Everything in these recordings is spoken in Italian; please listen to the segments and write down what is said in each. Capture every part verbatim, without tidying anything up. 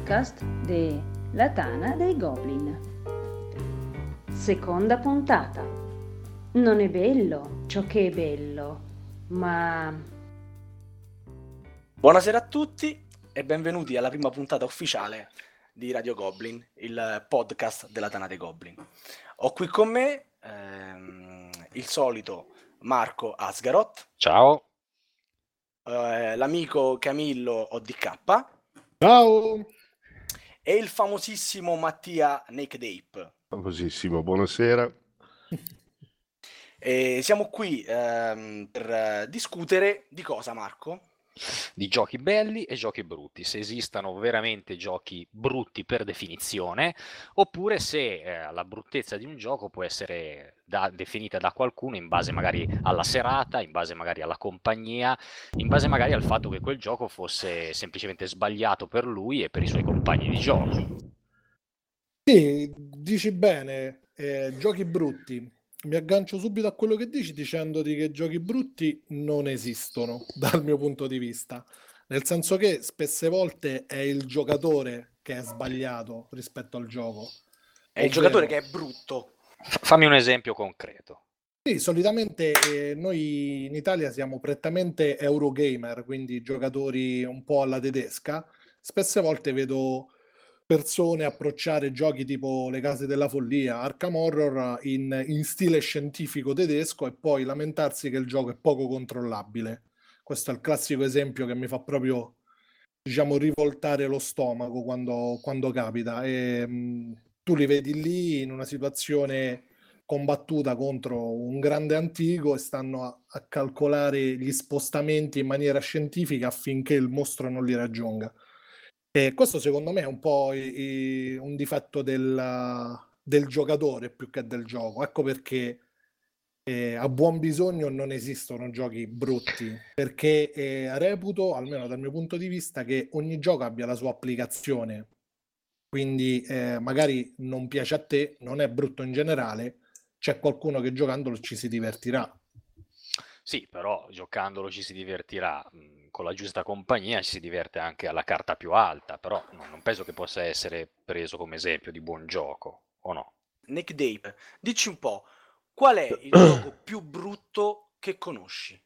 podcast de La Tana dei Goblin. Seconda puntata. Non è bello ciò che è bello, ma... Buonasera a tutti e benvenuti alla prima puntata ufficiale di Radio Goblin, il podcast della Tana dei Goblin. Ho qui con me ehm, il solito Marco Asgaroth. Ciao. Eh, l'amico Camillo O D K. Ciao. E il famosissimo Mattia Naked Ape. Famosissimo, buonasera. E siamo qui ehm, per discutere di cosa, Marco? Di giochi belli e giochi brutti, se esistano veramente giochi brutti per definizione, oppure se eh, la bruttezza di un gioco può essere da, definita da qualcuno in base magari alla serata, in base magari alla compagnia, in base magari al fatto che quel gioco fosse semplicemente sbagliato per lui e per i suoi compagni di gioco. Sì, dici bene, eh, giochi brutti. Mi aggancio subito a quello che dici dicendoti che giochi brutti non esistono dal mio punto di vista, nel senso che spesse volte è il giocatore che è sbagliato rispetto al gioco. È il giocatore che è brutto. Fammi un esempio concreto. Sì, solitamente eh, noi in Italia siamo prettamente Eurogamer, quindi giocatori un po' alla tedesca. Spesse volte vedo persone approcciare giochi tipo Le Case della Follia, Arkham Horror in, in stile scientifico tedesco e poi lamentarsi che il gioco è poco controllabile. Questo è il classico esempio che mi fa proprio, diciamo, rivoltare lo stomaco quando, quando capita. E, mh, tu li vedi lì in una situazione combattuta contro un grande antico e stanno a, a calcolare gli spostamenti in maniera scientifica affinché il mostro non li raggiunga. E questo secondo me è un po' i- i- un difetto del, del giocatore più che del gioco. Ecco perché eh, a buon bisogno non esistono giochi brutti, perché eh, reputo, almeno dal mio punto di vista, che ogni gioco abbia la sua applicazione. Quindi eh, magari non piace a te, non è brutto in generale, c'è qualcuno che giocandolo ci si divertirà. Sì, però giocandolo ci si divertirà, mh, con la giusta compagnia ci si diverte anche alla carta più alta, però no, non penso che possa essere preso come esempio di buon gioco, o no? Naked Ape, dici un po', qual è il gioco più brutto che conosci?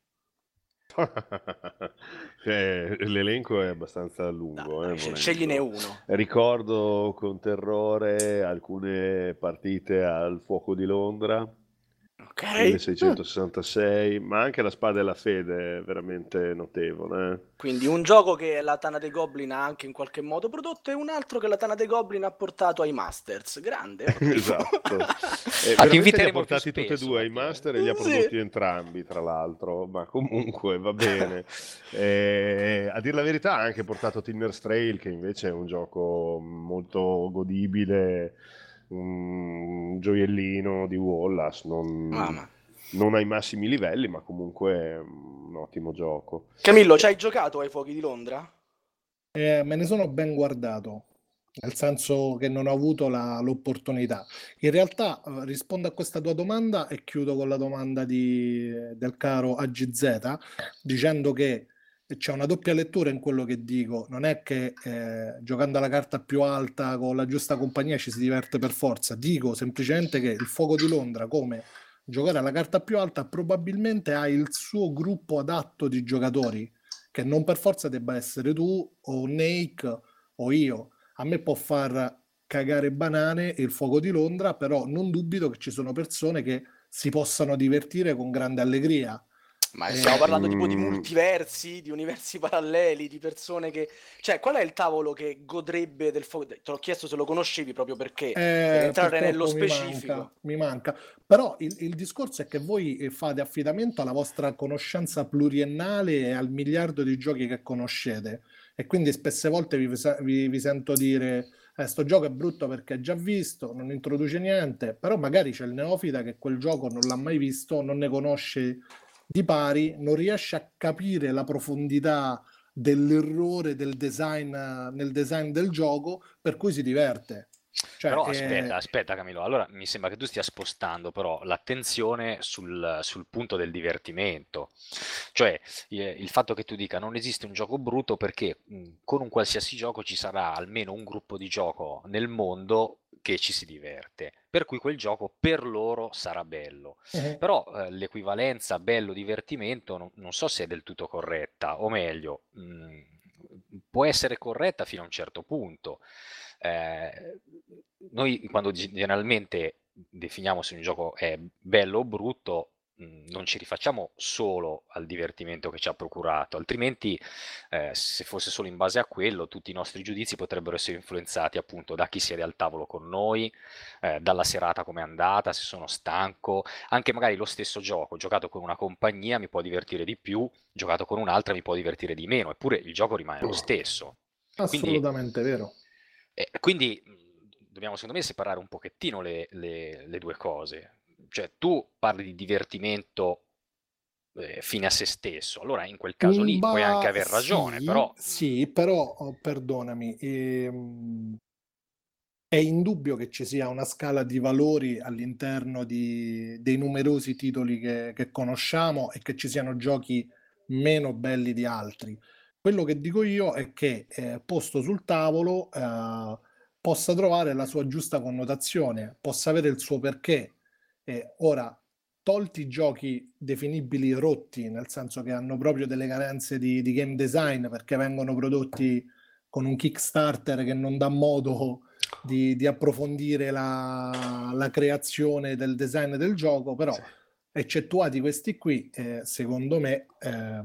Cioè, l'elenco è abbastanza lungo. Dai, eh, sce- volendo. scegliene uno. Ricordo con terrore alcune partite al Fuoco di Londra, Ok. milleseicentosessantasei, ma anche la Spada e la Fede è veramente notevole. eh. Quindi un gioco che la Tana dei Goblin ha anche in qualche modo prodotto e un altro che la Tana dei Goblin ha portato ai Masters. Grande. ottimo. Esatto. E Ah, ti veramente li ha inviteremo portati più tutti e spesso, due ai Mattia. Master e li ha Sì. prodotti entrambi, tra l'altro, ma comunque va bene. Eh, a dir la verità ha anche portato Tinner's Trail, che invece è un gioco molto godibile, un gioiellino di Wallace, non, Ah, ma- non ai massimi livelli, ma comunque è un ottimo gioco. Camillo, ci hai giocato ai Fuochi di Londra? Eh, me ne sono ben guardato, nel senso che non ho avuto la- l'opportunità. In realtà eh, rispondo a questa tua domanda e chiudo con la domanda di- del caro A G Z dicendo che c'è una doppia lettura in quello che dico. Non è che eh, giocando alla carta più alta con la giusta compagnia ci si diverte per forza. Dico semplicemente che il Fuoco di Londra, come giocare alla carta più alta, probabilmente ha il suo gruppo adatto di giocatori che non per forza debba essere tu o Nate o io. A me può far cagare banane il Fuoco di Londra, però non dubito che ci sono persone che si possano divertire con grande allegria. Ma Eh, stiamo parlando tipo di Mm. multiversi, di universi paralleli, di persone che... Cioè, qual è il tavolo che godrebbe del fuoco? Te l'ho chiesto se lo conoscevi proprio perché, per Eh, entrare nello purtroppo mi specifico. manca, mi manca. Però il, il discorso è che voi eh, fate affidamento alla vostra conoscenza pluriennale e al miliardo di giochi che conoscete. E quindi spesse volte vi, vi- vi sento dire: eh, sto gioco è brutto perché è già visto, non introduce niente. Però magari c'è il neofita che quel gioco non l'ha mai visto, non ne conosce di pari, non riesce a capire la profondità dell'errore del design eh, nel design del gioco, per cui si diverte. Cioè, Però eh, aspetta, aspetta Camillo, allora mi sembra che tu stia spostando però l'attenzione sul, sul punto del divertimento, cioè eh, il fatto che tu dica non esiste un gioco brutto perché mh, con un qualsiasi gioco ci sarà almeno un gruppo di gioco nel mondo che ci si diverte, per cui quel gioco per loro sarà bello. mhm. Però eh, l'equivalenza bello-divertimento non, non so se è del tutto corretta, o meglio, mh, può essere corretta fino a un certo punto. Eh, noi quando gi- generalmente definiamo se un gioco è bello o brutto, mh, non ci rifacciamo solo al divertimento che ci ha procurato, altrimenti eh, se fosse solo in base a quello, tutti i nostri giudizi potrebbero essere influenzati appunto da chi siede al tavolo con noi, eh, dalla serata come è andata, se sono stanco, anche magari lo stesso gioco giocato con una compagnia mi può divertire di più, giocato con un'altra mi può divertire di meno, eppure il gioco rimane lo stesso. Quindi, Assolutamente vero. eh, quindi mh, dobbiamo secondo me separare un pochettino le, le- le due cose. Cioè tu parli di divertimento eh, fine a se stesso, allora in quel caso Mm, lì puoi anche Ma aver ragione, sì, però sì, mh, però oh, perdonami, ehm, è indubbio che ci sia una scala di valori all'interno di- dei numerosi titoli che, che conosciamo e che ci siano giochi meno belli di altri. Quello che dico io è che eh, posto sul tavolo eh, possa trovare la sua giusta connotazione, possa avere il suo perché. Eh, ora, tolti i giochi definibili rotti, nel senso che hanno proprio delle carenze di, di game design perché vengono prodotti con un Kickstarter che non dà modo di, di approfondire la, la creazione del design del gioco, però sì. eccettuati questi qui, eh, secondo me eh,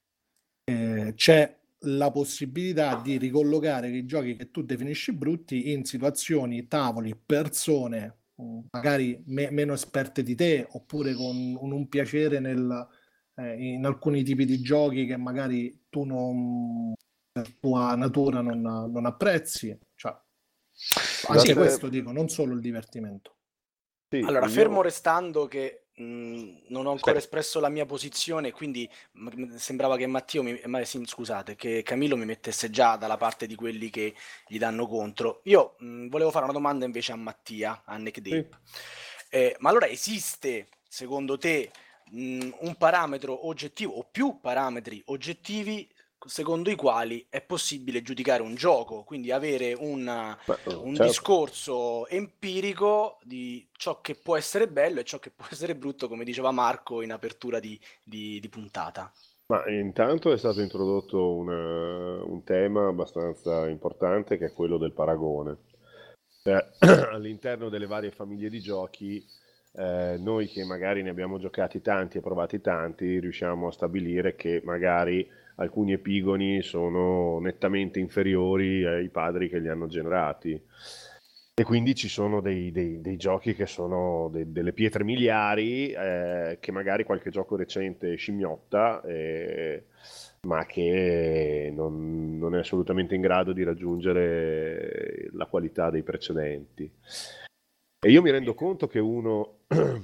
eh, c'è la possibilità di ricollocare i giochi che tu definisci brutti in situazioni, tavoli, persone mh, magari me- meno esperte di te, oppure con un, un piacere nel, eh, in alcuni tipi di giochi che magari tu non, per tua natura non, non apprezzi. Cioè, anche Sì, Scusate, questo dico, non solo il divertimento. sì, Allora, fermo io... restando che mh, non ho ancora aspetta, espresso la mia posizione, quindi m- sembrava che Matteo mi, ma, sì, scusate, che Camillo mi mettesse già dalla parte di quelli che gli danno contro. Io mh, volevo fare una domanda invece a Mattia, a Nick Sì. Deep. Eh, ma allora esiste, secondo te, mh, un parametro oggettivo o più parametri oggettivi secondo i quali è possibile giudicare un gioco, quindi avere una- Ma, oh, un certo. discorso empirico di ciò che può essere bello e ciò che può essere brutto, come diceva Marco in apertura di, di- di puntata. Ma intanto è stato introdotto una- un tema abbastanza importante che è quello del paragone. Eh, all'interno delle varie famiglie di giochi, eh, noi che magari ne abbiamo giocati tanti e provati tanti, riusciamo a stabilire che magari alcuni epigoni sono nettamente inferiori ai padri che li hanno generati. E quindi ci sono dei, dei- dei giochi che sono de- delle pietre miliari, eh, che magari qualche gioco recente scimmiotta, eh, ma che non, non è assolutamente in grado di raggiungere la qualità dei precedenti. E io mi rendo conto che uno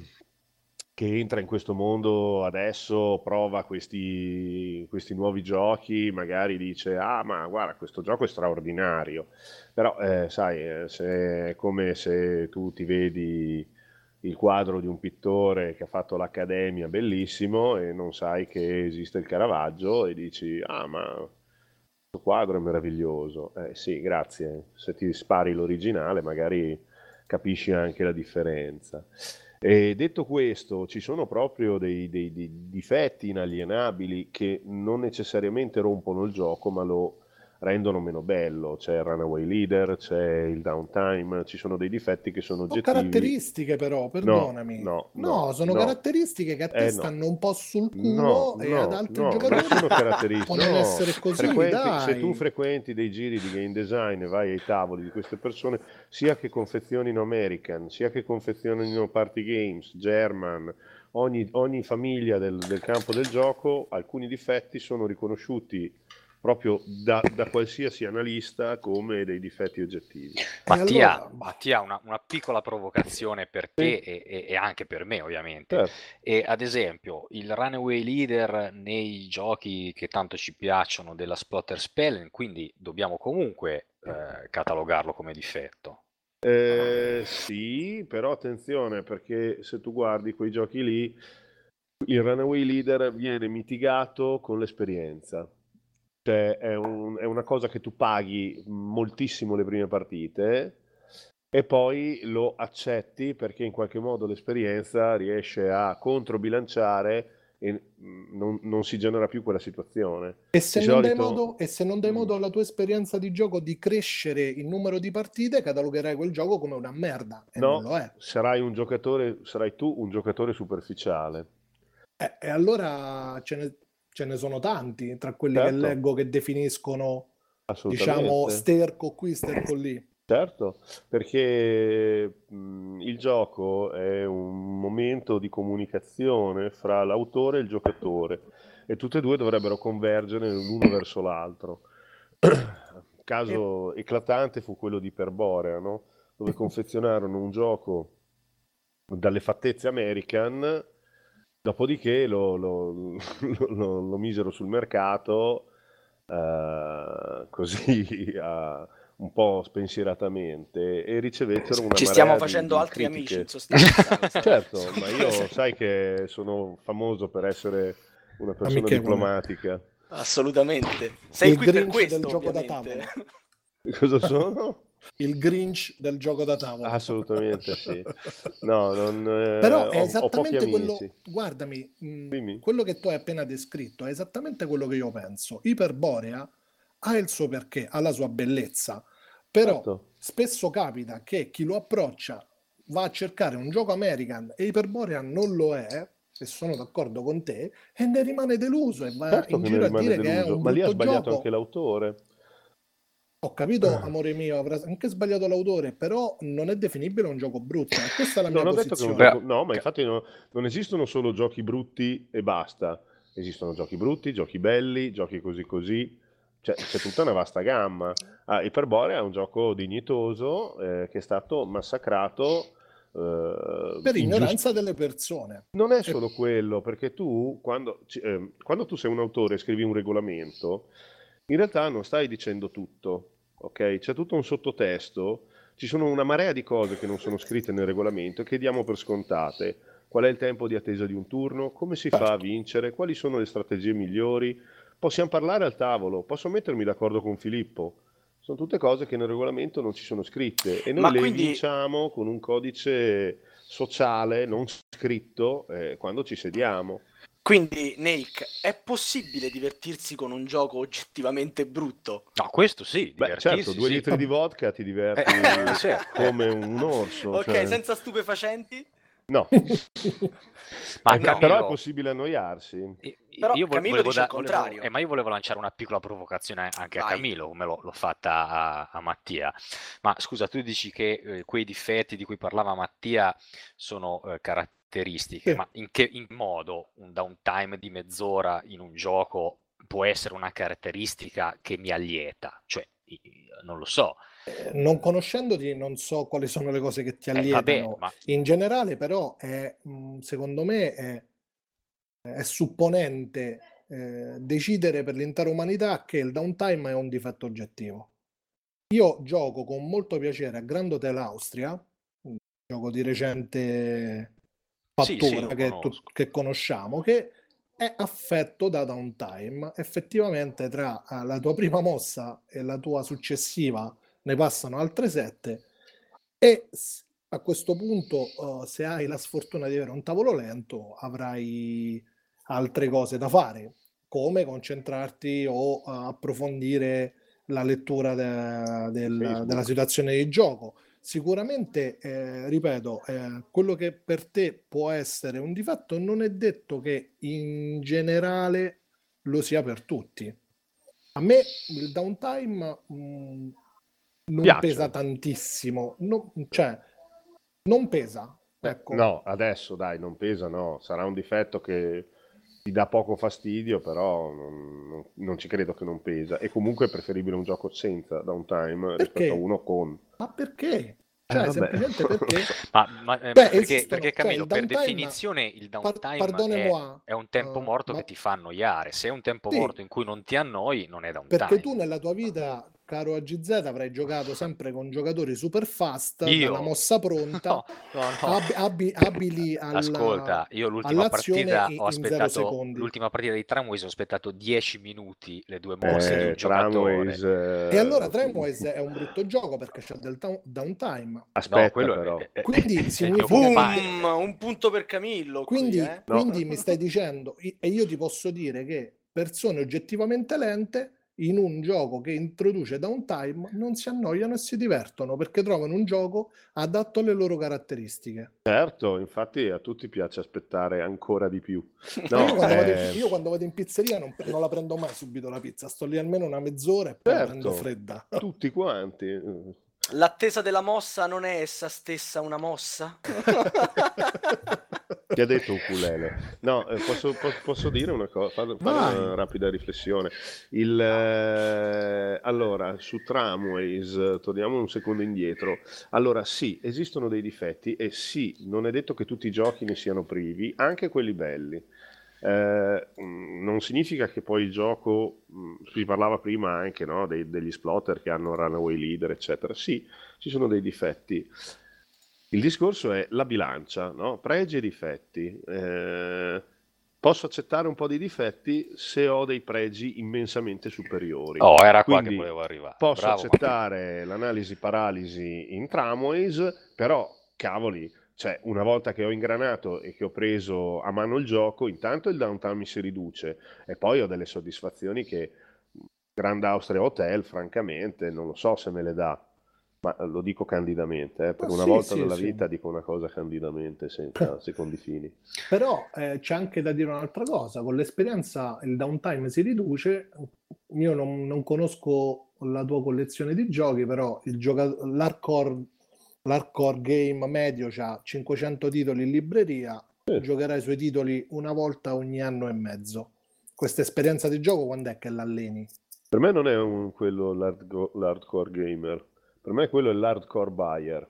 che entra in questo mondo adesso, prova questi, questi nuovi giochi, magari dice, ah ma guarda, questo gioco è straordinario. Però, eh, sai, eh, se è come se tu ti vedi il quadro di un pittore che ha fatto l'Accademia, bellissimo, e non sai che esiste il Caravaggio e dici, ah ma questo quadro è meraviglioso. Eh sì, grazie. Se ti spari l'originale magari capisci anche la differenza. E detto questo, ci sono proprio dei, dei- dei difetti inalienabili che non necessariamente rompono il gioco, ma lo rendono meno bello. C'è il runaway leader, c'è il downtime, ci sono dei difetti che sono Sono oggettivi. caratteristiche però, No, perdonami. no, No, no, sono no. caratteristiche che a te Eh no. stanno un po' sul No, culo e ad no, altri no, non giocatori sono caratteristiche. può non No, essere così, frequenti, se tu dai. frequenti dei giri di game design e vai ai tavoli di queste persone, sia che confezionino American, sia che confezionino party games, German, ogni, ogni famiglia del, del campo del gioco, alcuni difetti sono riconosciuti proprio da, da qualsiasi analista come dei difetti oggettivi. E Mattia, allora, Mattia, una, una piccola provocazione per Sì, te e, e- e anche per me, ovviamente. certo. E ad esempio, il runaway leader nei giochi che tanto ci piacciono della Splotter Spellen, quindi dobbiamo comunque eh, catalogarlo come difetto. Eh, sì, però attenzione, perché se tu guardi quei giochi lì, il runaway leader viene mitigato con l'esperienza. Cioè è, un- è una cosa che tu paghi moltissimo le prime partite e poi lo accetti perché in qualche modo l'esperienza riesce a controbilanciare e mm, non, non si genera più quella situazione. E se, Di non dai solito modo, e se non dai mm, modo alla tua esperienza di gioco di crescere il numero di partite, catalogherai quel gioco come una merda, e non lo no, è. sarai un giocatore, sarai tu un giocatore superficiale. Eh, e allora ce ne, ce ne sono tanti tra quelli che Certo, leggo che definiscono, diciamo, assolutamente. sterco qui, sterco lì. Certo, perché mh, il gioco è un momento di comunicazione fra l'autore e il giocatore e tutte e due dovrebbero convergere l'uno verso l'altro. Il caso eclatante fu quello di Iperborea, no? Dove confezionarono un gioco dalle fattezze American, dopodiché lo, lo- lo- lo misero sul mercato eh, così a- un po' spensieratamente e ricevettero una Ci stiamo marea di, facendo di altri amici, in critiche. sostanza. questa- Certo, ma io sai che sono famoso per essere una persona Amichevole. diplomatica. Assolutamente. Sei Il qui per Grinch questo, del gioco da ovviamente. tavolo. Cosa sono? Il Grinch del gioco da tavolo. Assolutamente sì. No, non, eh, Però è ho, ho pochi esattamente quello, amici. guardami, mh, Dimmi. quello che tu hai appena descritto è esattamente quello che io penso. Iperborea ha il suo perché, ha la sua bellezza, però Certo. spesso capita che chi lo approccia va a cercare un gioco American e Iperborea non lo è, e sono d'accordo con te, e ne rimane deluso e va Certo in che ne giro a rimane dire che è deluso, un ma lì ha brutto sbagliato gioco. anche l'autore. Ho capito, amore mio, avrà anche sbagliato l'autore, però non è definibile un gioco brutto. E questa è la Non mia ho detto che è un posizione. gioco... No, ma infatti no- non esistono solo giochi brutti e basta. Esistono giochi brutti, giochi belli, giochi così così. Cioè, c'è tutta una vasta gamma. Ah, Iperborea è un gioco dignitoso eh, che è stato massacrato eh, Per ingiust- ignoranza delle persone. Non è E- solo quello, perché tu, quando, ci- eh, quando tu sei un autore e scrivi un regolamento, in realtà non stai dicendo tutto, ok? C'è tutto un sottotesto, ci sono una marea di cose che non sono scritte nel regolamento e che diamo per scontate. Qual è il tempo di attesa di un turno? Come si fa a certo. vincere? Quali sono le strategie migliori? Possiamo parlare al tavolo, posso mettermi d'accordo con Filippo. Sono tutte cose che nel regolamento non ci sono scritte e noi Ma le quindi, vinciamo con un codice sociale non scritto eh, quando ci sediamo. quindi, Nick, è possibile divertirsi con un gioco oggettivamente brutto? No, questo sì, Beh, certo, divertirsi, due sì. litri di vodka ti diverti Eh, sì, eh. come un orso. Ok, cioè. senza stupefacenti? No, Ma Eh, no. però è Camillo, possibile annoiarsi. i- Però io vo- Camillo volevo, dice da- il volevo- contrario. eh, ma io volevo lanciare una piccola provocazione anche a Vai. Camillo, come l'ho, l'ho fatta a, a Mattia. Ma scusa, tu dici che eh, quei difetti di cui parlava Mattia sono eh, caratteristiche, Sì. ma in che in modo un downtime di mezz'ora in un gioco può essere una caratteristica che mi allieta? Cioè, i- i- non lo so. Eh, non conoscendoti, non so quali sono le cose che ti Eh, vabbè, allietano. ma In generale, però, è, mh, secondo me è, è supponente eh, decidere per l'intera umanità che il downtime è un difetto oggettivo. Io gioco con molto piacere a Grand Hotel Austria, un gioco di recente sì, sì, fattura lo che, tu- conosco. che conosciamo, che è affetto da downtime. Effettivamente tra eh, la tua prima mossa e la tua successiva ne passano altre sette e s- a questo punto, eh, se hai la sfortuna di avere un tavolo lento, avrai altre cose da fare, come concentrarti o eh, approfondire la lettura de- del- Facebook. della situazione di gioco. Sicuramente, eh, ripeto, eh, quello che per te può essere un difetto non è detto che in generale lo sia per tutti. A me il downtime mh, non Piace. pesa tantissimo, no- cioè non pesa, Eh, ecco. no, adesso dai, non pesa, no. Sarà un difetto che ti dà poco fastidio, però non, non- non ci credo che non pesa. E comunque è preferibile un gioco senza downtime rispetto Perché? a uno con. Ma perché? Eh, Cioè, vabbè. semplicemente perché? Ma, ma, eh, Beh, perché, esistono, perché cioè, Camillo, il per downtime, definizione il par- downtime è, pardonnez-moi, è un tempo morto uh, che ma ti fa annoiare. Se è un tempo sì, morto in cui non ti annoi, non è perché downtime. tu nella tua vita caro A G Z, avrai giocato sempre con giocatori super fast, Io? dalla mossa pronta, No, no, no. ab- abi- abili alla- Ascolta, io l'ultima all'azione partita in, ho in zero aspettato, secondi. l'ultima partita di Tramways ho aspettato dieci minuti le due mosse di un Eh, giocatore. Tramways, eh, E allora Tramways è un brutto gioco perché c'è del ta- downtime. aspetta No, quello però. è, è- Quindi è il significa mio che- compagno. Boom! Un punto per Camillo qui, Quindi, eh. No. quindi mi stai dicendo, i- e io ti posso dire che persone oggettivamente lente in un gioco che introduce downtime non si annoiano e si divertono perché trovano un gioco adatto alle loro caratteristiche. Certo, infatti a tutti piace aspettare ancora di più. Ma No, io, quando vado eh, in, io quando vado in pizzeria non, non la prendo mai subito la pizza, sto lì almeno una mezz'ora e poi la certo, prendo fredda. tutti quanti. L'attesa della mossa non è essa stessa una mossa? Ti ha detto ukulele. No, eh, posso, po- posso dire una cosa, fare, fare Vai. una rapida riflessione. Il, eh, allora, su Tramways, torniamo un secondo indietro. Allora, sì, esistono dei difetti e sì, non è detto che tutti i giochi ne siano privi, anche quelli belli. Eh, mh, non significa che poi il gioco, mh, si parlava prima anche, no, dei- degli splotter che hanno runaway leader, eccetera. Sì, ci sono dei difetti. Il discorso è la bilancia, no? Pregi e difetti. Eh, posso accettare un po' di difetti se ho dei pregi immensamente superiori. Oh, era qua che Quindi volevo arrivare. posso Bravo, accettare l'analisi paralisi in Tramways, però cavoli, cioè una volta che ho ingranato e che ho preso a mano il gioco, intanto il downtime mi si riduce e poi ho delle soddisfazioni che Grand Austria Hotel, francamente, non lo so se me le dà. Ma lo dico candidamente, eh, per Ma una sì, volta sì, nella sì. vita dico una cosa candidamente, senza secondi fini. Però eh, c'è anche da dire un'altra cosa, con l'esperienza il downtime si riduce, io non, non conosco la tua collezione di giochi, però il gioca- l'hardcore, l'hardcore game medio ha cinquecento titoli in libreria, Sì. giocherai i suoi titoli una volta ogni anno e mezzo. Questa esperienza di gioco quando è che l'alleni? Per me non è un, quello l'hardco- l'hardcore gamer, per me quello è l'hardcore buyer.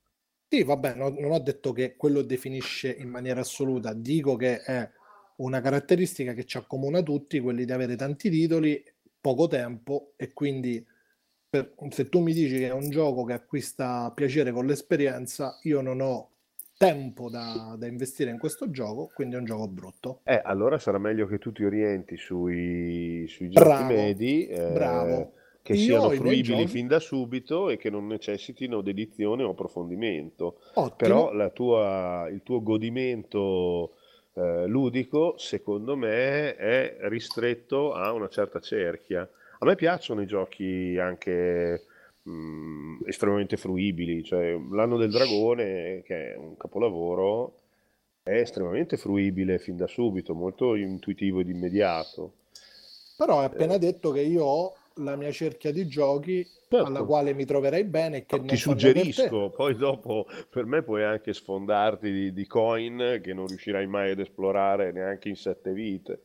Sì, vabbè, no- non ho detto che quello definisce in maniera assoluta, dico che è una caratteristica che ci accomuna tutti, quelli di avere tanti titoli, poco tempo e quindi per- se tu mi dici che è un gioco che acquista piacere con l'esperienza, io non ho tempo da, da investire in questo gioco, quindi è un gioco brutto. Eh, allora sarà meglio che tu ti orienti sui, sui giochi Bravo, medi, eh, bravo. che Io siano ho i miei fruibili giochi, fin da subito e che non necessitino dedizione o approfondimento. ottimo, Però la tua, il tuo godimento eh, ludico, secondo me, è ristretto a una certa cerchia. A me piacciono i giochi anche mh, estremamente fruibili, cioè l'Anno del Dragone, che è un capolavoro, è estremamente fruibile fin da subito, molto intuitivo ed immediato. però è appena Eh, detto che io ho la mia cerchia di giochi alla certo. quale mi troverai bene e che No, ti non fanno per te. suggerisco, poi dopo per me puoi anche sfondarti di, di coin che non riuscirai mai ad esplorare neanche in sette vite.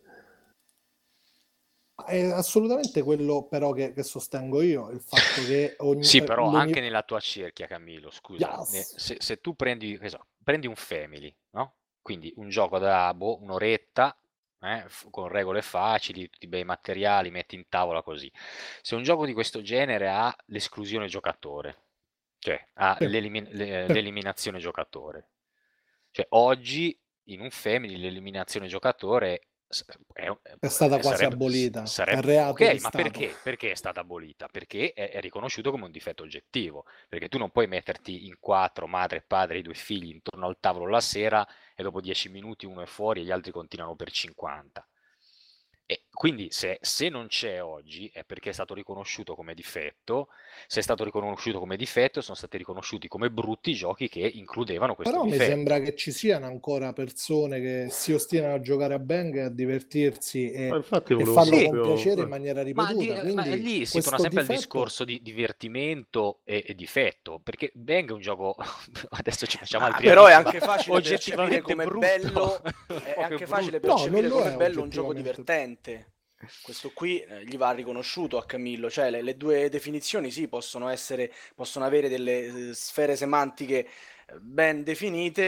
È assolutamente quello però che, che sostengo io, il fatto che ogni, Sì, eh, però l'uni- anche nella tua cerchia, Camillo, scusa, ne- Yes. se, se tu prendi, che so, prendi un Family, no? Quindi un gioco da boh, un'oretta, eh, f- con regole facili, tutti i bei materiali, metti in tavola così. Se un gioco di questo genere ha l'esclusione giocatore, cioè ha Sì, l'elimin- le- sì. l'eliminazione giocatore, cioè oggi in un Family l'eliminazione giocatore s- è, È stata è- quasi sarebbe, abolita, è sarebbe reato ok, di ma Stato. perché? Perché è stata abolita? Perché è, è riconosciuto come un difetto oggettivo, perché tu non puoi metterti in quattro, madre e padre, i due figli intorno al tavolo la sera e dopo dieci minuti uno è fuori e gli altri continuano per cinquanta. E quindi se, se non c'è oggi è perché è stato riconosciuto come difetto. Se è stato riconosciuto come difetto, sono stati riconosciuti come brutti i giochi che includevano questo Però mi difetto. sembra che ci siano ancora persone che si ostinano a giocare a Bang e a divertirsi Ma e, infatti e volevo farlo Sì, con proprio... piacere in eh, maniera ma, di- ripetuta. ma Quindi lì si torna questo sempre al difetto, discorso di divertimento e, e difetto, perché Bang è un gioco, adesso ci facciamo Ma altri però è amici, anche ma facile percepire oggettivamente come brutto, bello, è proprio anche facile brutto. no, non percepire lo come è bello un gioco oggettivamente. divertente. Questo qui eh, gli va riconosciuto a Camillo, cioè le, le due definizioni sì possono essere, possono avere delle eh, sfere semantiche eh, ben definite,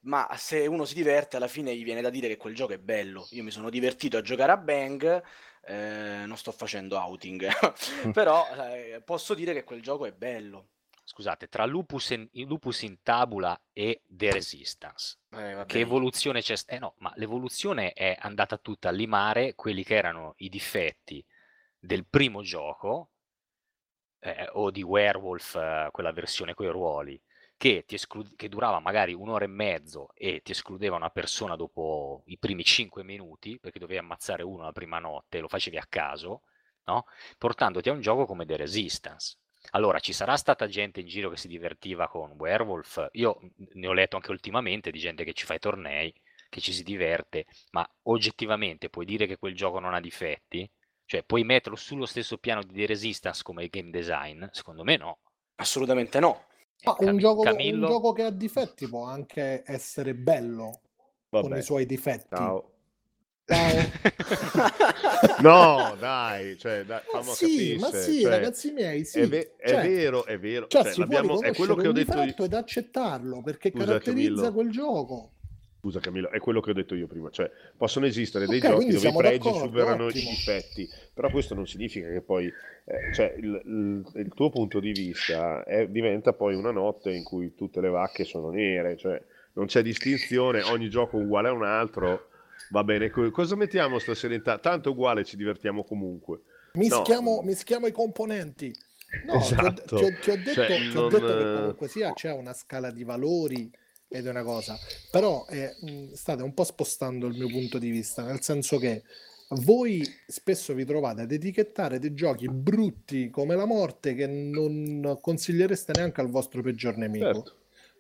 ma se uno si diverte alla fine gli viene da dire che quel gioco è bello. Io mi sono divertito a giocare a Bang, eh, non sto facendo outing, però eh, posso dire che quel gioco è bello. Scusate, tra Lupus in, Lupus in Tabula e The Resistance, Eh, vabbè, che evoluzione c'è? Eh no, ma l'evoluzione è andata tutta a limare quelli che erano i difetti del primo gioco, eh, o di Werewolf, eh, quella versione coi ruoli, che, ti esclu- che durava magari un'ora e mezzo e ti escludeva una persona dopo i primi cinque minuti, perché dovevi ammazzare uno la prima notte e lo facevi a caso, no? Portandoti a un gioco come The Resistance. Allora, ci sarà stata gente in giro che si divertiva con Werewolf, io ne ho letto anche ultimamente di gente che ci fa i tornei, che ci si diverte, ma oggettivamente puoi dire che quel gioco non ha difetti? Cioè, puoi metterlo sullo stesso piano di The Resistance come game design? Secondo me no. assolutamente no. Ma Cam- un gioco, un Camillo? gioco che ha difetti può anche essere bello con Vabbè, i suoi difetti. ciao. Ciao. No, dai, cioè, dai, Ma fammi sì, ma capire, sì, cioè, ragazzi miei, sì. è, ve- è Cioè, vero, è vero, cioè, cioè, si può l'abbiamo- è quello riconoscere che ho un detto io. difetto ed accettarlo perché Scusa, caratterizza Camillo. quel gioco. Scusa Camillo, è quello che ho detto io prima, cioè possono esistere dei Ok, giochi quindi dove i siamo pregi d'accordo, superano ottimo. i difetti, però questo non significa che poi, eh, cioè, il, il- il tuo punto di vista è- diventa poi una notte in cui tutte le vacche sono nere, cioè non c'è distinzione, ogni gioco è uguale a un altro, va bene, co- cosa mettiamo stasera in ta- tanto uguale, ci divertiamo comunque. No, Mischiamo, mischiamo i componenti. No, ti ho, esatto, ti ho- ti ho detto, cioè, ti ho non, detto che eh, comunque sia c'è una scala di valori ed è una cosa, però eh, mh, state un po' spostando il mio punto di vista, nel senso che voi spesso vi trovate ad etichettare dei giochi brutti come la morte che non consigliereste neanche al vostro peggior nemico. certo.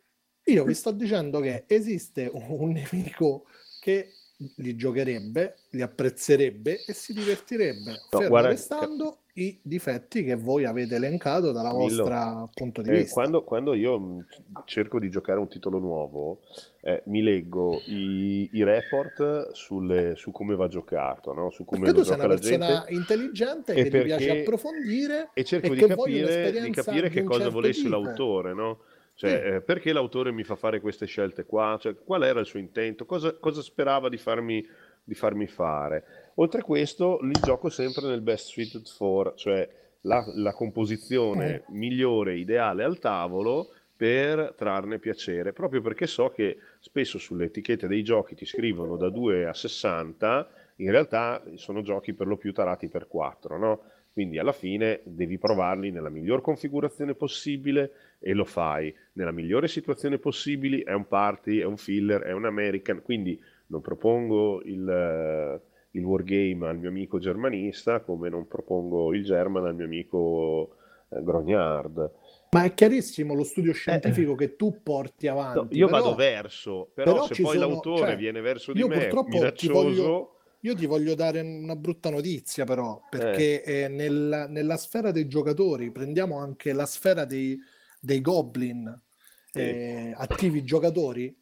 Io vi sto dicendo che esiste un, un nemico che li giocherebbe, li apprezzerebbe e si divertirebbe, No, fermo guarda, Ca- restando i difetti che voi avete elencato dalla Camillo, vostra punto di eh, vista. quando, quando io mh, cerco di giocare un titolo nuovo, eh, mi leggo i, i report sulle- su come va giocato, no? Su come Perché lo tu sei gioca una la persona gente intelligente e che gli piace perché approfondire e cerco e di che vuole capire, di un'esperienza capire di che un cosa certo volesse tipo. l'autore, no? Sì. Cioè, eh, perché l'autore mi fa fare queste scelte qua? Cioè, qual era il suo intento? Cosa, cosa sperava di farmi, di farmi fare? Oltre a questo, li gioco sempre nel best suited for, cioè la, la composizione migliore, ideale al tavolo per trarne piacere, proprio perché so che spesso sulle etichette dei giochi ti scrivono da due a sessanta, in realtà sono giochi per lo più tarati per quattro, no? Quindi alla fine devi provarli nella miglior configurazione possibile e lo fai nella migliore situazione possibile. È un party, è un filler, è un American, quindi non propongo il, eh, il wargame al mio amico germanista come non propongo il German al mio amico eh, Grognard. Ma è chiarissimo lo studio Eh, scientifico che tu porti no, avanti, io vado però, verso, però però se ci poi sono, l'autore cioè, viene verso di io me purtroppo ti voglio, minaccioso, io ti voglio dare una brutta notizia, però, eh, perché eh, nella, nella sfera dei giocatori, prendiamo anche la sfera dei, dei goblin sì. eh, attivi giocatori,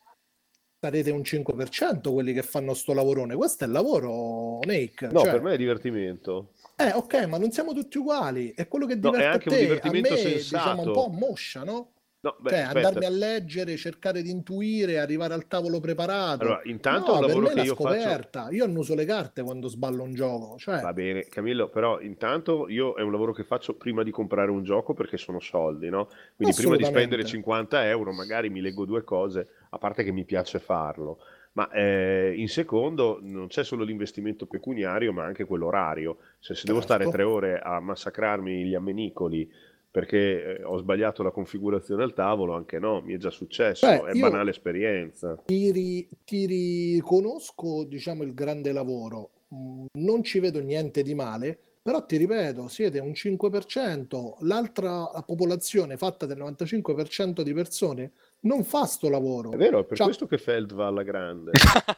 sarete un cinque per cento quelli che fanno sto lavorone. Questo è il lavoro, Nick. No, Cioè, per me è divertimento. eh, ok, ma non siamo tutti uguali. È quello che No, è diverte a anche un te. A divertimento me, diciamo, un po' sensato. moscia, no? No, beh, Cioè, aspetta. andarmi a leggere, cercare di intuire, arrivare al tavolo preparato. Allora, intanto è No, un per lavoro me è che la io faccio. scoperta. Io annuso le carte quando sballo un gioco. Cioè, Va bene, Camillo, però intanto io è un lavoro che faccio prima di comprare un gioco perché sono soldi, no? Quindi prima di spendere assolutamente. cinquanta euro magari mi leggo due cose, a parte che mi piace farlo. Ma eh, in secondo non c'è solo l'investimento pecuniario, ma anche quello orario. Cioè, se devo stare Certo. tre ore a massacrarmi gli ammenicoli perché eh, ho sbagliato la configurazione al tavolo, anche no, mi è già successo, Beh, è io banale esperienza. ti, ri- ti riconosco, diciamo, il grande lavoro. Mm, Non ci vedo niente di male, però ti ripeto, siete un cinque per cento, l'altra popolazione fatta del novantacinque per cento di persone non fa sto È lavoro. vero, è per Cioè, questo che Feld va alla grande.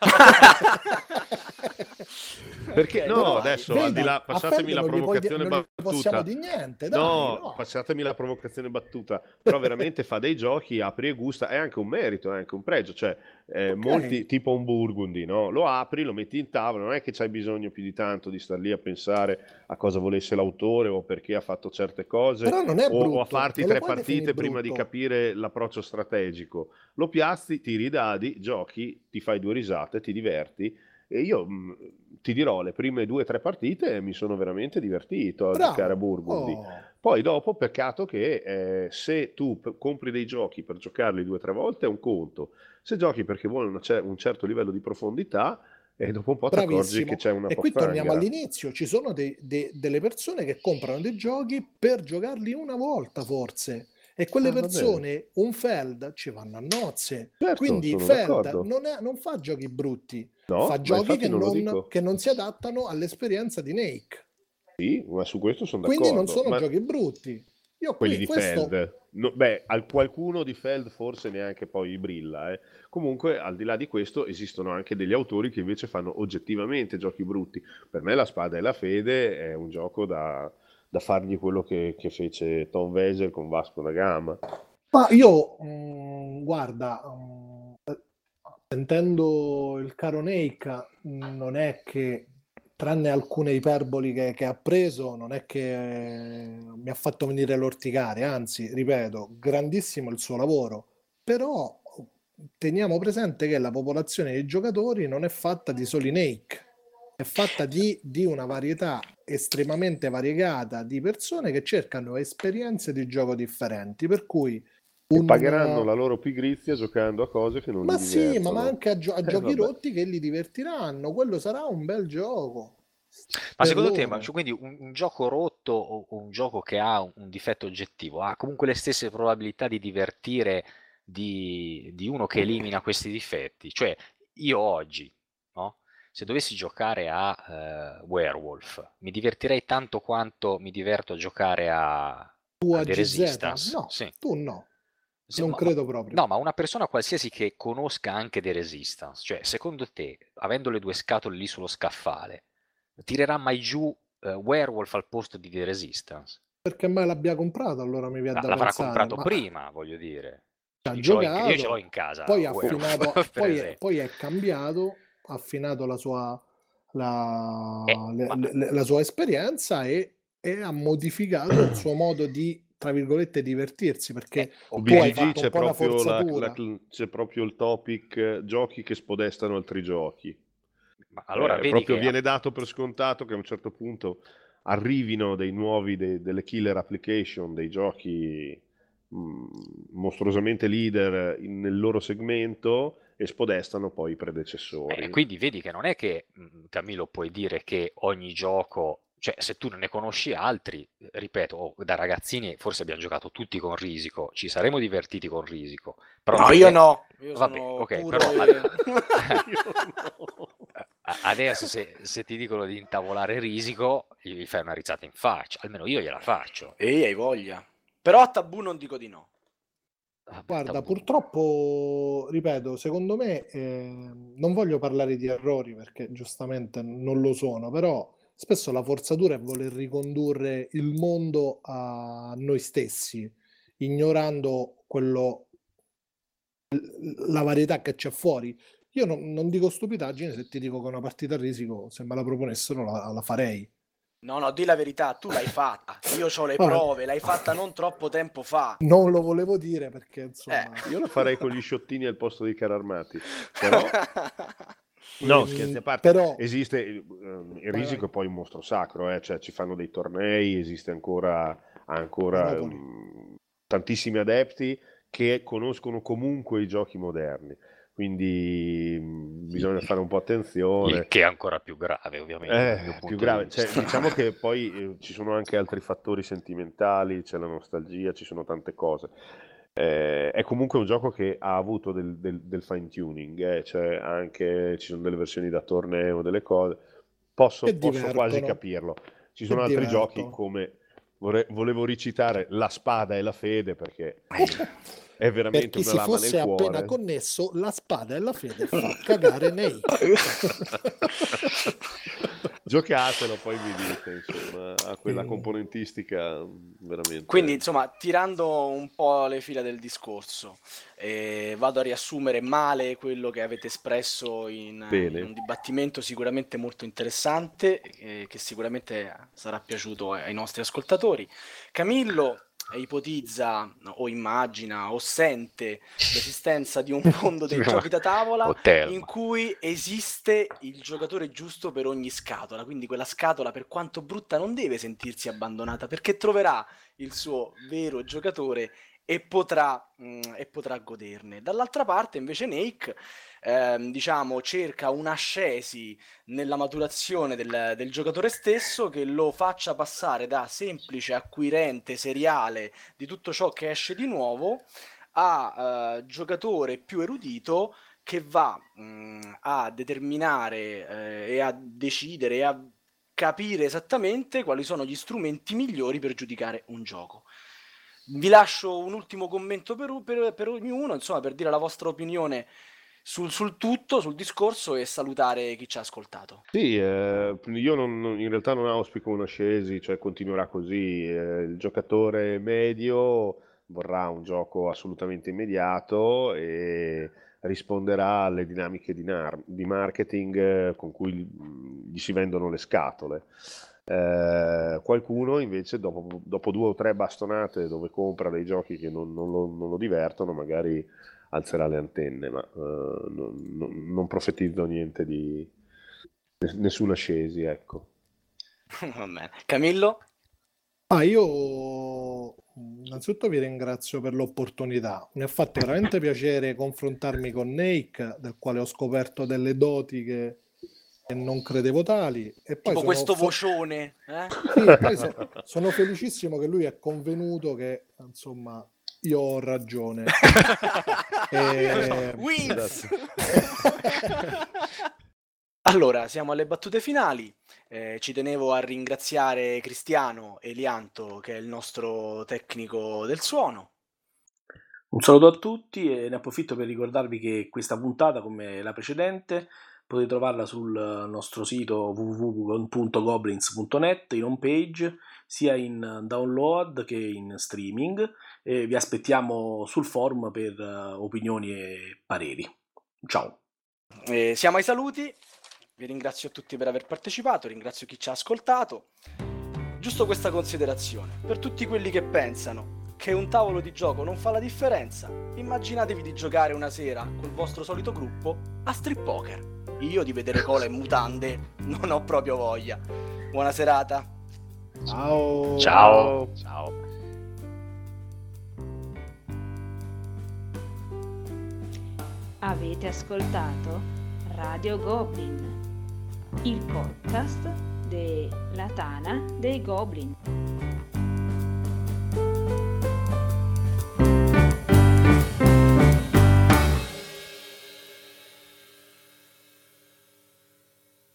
Ok, Perché no, però adesso vedi, al di là, a passatemi Feld la non gli, puoi di- provocazione non gli possiamo battuta. di niente, dai, No, no. passatemi la provocazione battuta, però veramente fa dei giochi, apri e gusta, è anche un merito, è anche un pregio, cioè eh, Ok. molti, tipo un Burgundy, no? Lo apri, lo metti in tavola, non è che c'hai bisogno più di tanto di star lì a pensare a cosa volesse l'autore o perché ha fatto certe cose Però non è o, o a brutto, farti non lo tre puoi partite definire prima di brutto. capire l'approccio strategico. strategico. Lo piazzi, tiri i dadi, giochi, ti fai due risate, ti diverti. E io mh, ti dirò, le prime due o tre partite mi sono veramente divertito a Bravo. giocare a Burgundy. Oh. Poi dopo, peccato che eh, se tu p- compri dei giochi per giocarli due o tre volte è un conto. Se giochi perché vuoi una cer- un certo livello di profondità, e dopo un po' ti accorgi Bravissimo. che c'è una E qui torniamo pozzanghera. all'inizio, ci sono dei- dei- delle persone che comprano dei giochi per giocarli una volta forse, e quelle Ah, va bene. persone un Feld ci vanno a nozze. Certo, Quindi sono Feld d'accordo. non, è- non fa giochi brutti, No, fa ma giochi infatti che non lo non, dico. che non si adattano all'esperienza di Nake. Sì, ma su questo sono Quindi non d'accordo. sono Ma giochi brutti. Io quelli qui di questo Feld, no, beh, al qualcuno di Feld forse neanche poi brilla. eh. Comunque, al di là di questo, esistono anche degli autori che invece fanno oggettivamente giochi brutti. Per me La Spada e la Fede è un gioco da, da fargli quello che, che fece Tom Weser con Vasco da Gama. Ma io, mm, guarda, mm, sentendo il caro Nake, non è che, tranne alcune iperboli che, che ha preso, non è che eh, mi ha fatto venire l'orticare, anzi, ripeto, grandissimo il suo lavoro, però teniamo presente che la popolazione dei giocatori non è fatta di soli Nake, è fatta di, di una varietà estremamente variegata di persone che cercano esperienze di gioco differenti, per cui E un... pagheranno la loro pigrizia giocando a cose che non Ma li sì, ma, ma divertono. anche a, gio- a Eh, giochi vabbè. rotti che li divertiranno, quello sarà un bel gioco. Ma per secondo te, loro. ma, cioè, quindi un, un gioco rotto o, o un gioco che ha un, un difetto oggettivo ha comunque le stesse probabilità di divertire di, di uno che elimina questi difetti? Cioè, io oggi, no? Se dovessi giocare a eh, Werewolf, mi divertirei tanto quanto mi diverto a giocare a, Tu a a The G Z? Resistance. No, Sì. tu no, Sì, non ma, credo ma- proprio. no, ma una persona qualsiasi che conosca anche The Resistance, cioè secondo te, avendo le due scatole lì sullo scaffale, tirerà mai giù eh, Werewolf al posto di The Resistance? Perché mai l'abbia comprato, allora mi viene Ah, da l'avrà pensare, comprato ma prima, voglio dire. ci ha Io ce l'ho in, ca- io ce l'ho giocato, in casa, poi ha Werewolf, affinato, per poi è, esempio. poi è cambiato, ha affinato la sua, Eh, la, le- ma le- la sua esperienza e, e ha modificato il suo modo di, tra virgolette, divertirsi, eh, perché Su tu hai B G G ok, ma fatto un c'è po' una proprio, la- la- forzatura. c'è proprio il topic eh, giochi che spodestano altri giochi. ma allora Eh, vedi proprio che viene dato per scontato che a un certo punto arrivino dei nuovi, dei- delle killer application, dei giochi mh, mostruosamente leader in- nel loro segmento e spodestano poi i Eh, predecessori. quindi vedi che non è che, mh, Camillo, puoi dire che ogni gioco, cioè se tu non ne conosci altri, eh, ripeto, oh, da ragazzini forse abbiamo giocato tutti con Risico, ci saremmo divertiti con Risico, però No, non io è... no, io Vabbè, sono ok, puro però e... ad- Io no. a- adesso se, se ti dicono di intavolare Risico, gli fai una rizzata in faccia, almeno io gliela faccio. Ehi, hai voglia. Però a Tabù non dico di no. Vabbè, Guarda, Tabù. purtroppo, ripeto, secondo me, eh, non voglio parlare di errori perché giustamente non lo sono, però spesso la forzatura è voler ricondurre il mondo a noi stessi, ignorando quello, la varietà che c'è fuori. Io non, non dico stupidaggine se ti dico che una partita a risico, se me la proponessero, la, la farei. No, no, di la verità, tu l'hai fatta. Io ho le Ah, prove, l'hai fatta non troppo tempo fa. non lo volevo dire perché, Eh. insomma... Io la farei con gli sciottini al posto dei carri armati. Però, no, Ehm, scherzi a parte, però... esiste eh, il Vai, Risico vai. è poi un mostro sacro, eh, cioè ci fanno dei tornei, esiste ancora, ancora Monopoli. um, tantissimi adepti che conoscono comunque i giochi moderni, quindi mh, bisogna fare un po' attenzione. Il che è ancora più grave, ovviamente, dal mio Eh, punto più di grave, vista. cioè, diciamo che poi eh, ci sono anche altri fattori sentimentali, c'è la nostalgia, ci sono tante cose. Eh, è comunque un gioco che ha avuto del, del- del fine tuning, eh, cioè anche ci sono delle versioni da torneo, delle cose. Posso, Che posso quasi divertono. capirlo. Ci Che sono altri giochi divertono. come vorrei- volevo recitare La Spada e la Fede perché è Per veramente chi una si lama nel fosse appena cuore. connesso, La Spada e la Fede fa cagare Nate. Giocatelo, poi mi dite, insomma, ha quella Mm. componentistica mh, veramente. Quindi, insomma, tirando un po' le fila del discorso, eh, vado a riassumere male quello che avete espresso in, Bene. in un dibattimento sicuramente molto interessante, eh, che sicuramente sarà piaciuto ai nostri ascoltatori. Camillo, ipotizza o immagina o sente l'esistenza di un mondo dei giochi da tavola Hotel. in cui esiste il giocatore giusto per ogni scatola, quindi quella scatola, per quanto brutta, non deve sentirsi abbandonata, perché troverà il suo vero giocatore e potrà, mh, e potrà goderne. Dall'altra parte invece Nake ehm, diciamo cerca un'ascesi nella maturazione del, del giocatore stesso che lo faccia passare da semplice acquirente seriale di tutto ciò che esce di nuovo a uh, giocatore più erudito che va mh, a determinare eh, e a decidere e a capire esattamente quali sono gli strumenti migliori per giudicare un gioco. Vi lascio un ultimo commento per, per, per ognuno, insomma, per dire la vostra opinione sul, sul tutto, sul discorso, e salutare chi ci ha ascoltato. Sì, eh, io non, non- in realtà non auspico una scesi, cioè continuerà così. eh, il giocatore medio vorrà un gioco assolutamente immediato e risponderà alle dinamiche di, nar- di marketing eh, con cui gli, gli si vendono le scatole. Eh, qualcuno invece dopo, dopo due o tre bastonate dove compra dei giochi che non, non lo, non lo divertono, magari alzerà le antenne, ma eh, non, non- non profetizzo niente di nessuna scesi, ecco. Va bene. Camillo? Ah, io innanzitutto vi ringrazio per l'opportunità. Mi ha fatto veramente piacere confrontarmi con Nake, del quale ho scoperto delle doti che, che non credevo tali. E poi Tipo sono, questo so- vocione, eh? sì, e poi so- sono felicissimo che lui è convenuto che, insomma, io ho ragione. E- Wins! Allora, siamo alle battute finali. Eh, ci tenevo a ringraziare Cristiano Elianto, che è il nostro tecnico del suono. Un saluto a tutti e ne approfitto per ricordarvi che questa puntata, come la precedente, potete trovarla sul nostro sito w w w punto goblins punto net in home page, sia in download che in streaming, e vi aspettiamo sul forum per uh, opinioni e pareri. Ciao! Eh, siamo ai saluti. Vi ringrazio a tutti per aver partecipato, ringrazio chi ci ha ascoltato. Giusto questa considerazione: per tutti quelli che pensano che un tavolo di gioco non fa la differenza, immaginatevi di giocare una sera col vostro solito gruppo a strip poker. Io di vedere cola e mutande non ho proprio voglia. Buona serata. Ciao. Ciao. Ciao. Avete ascoltato Radio Goblin, il podcast della Tana dei Goblin.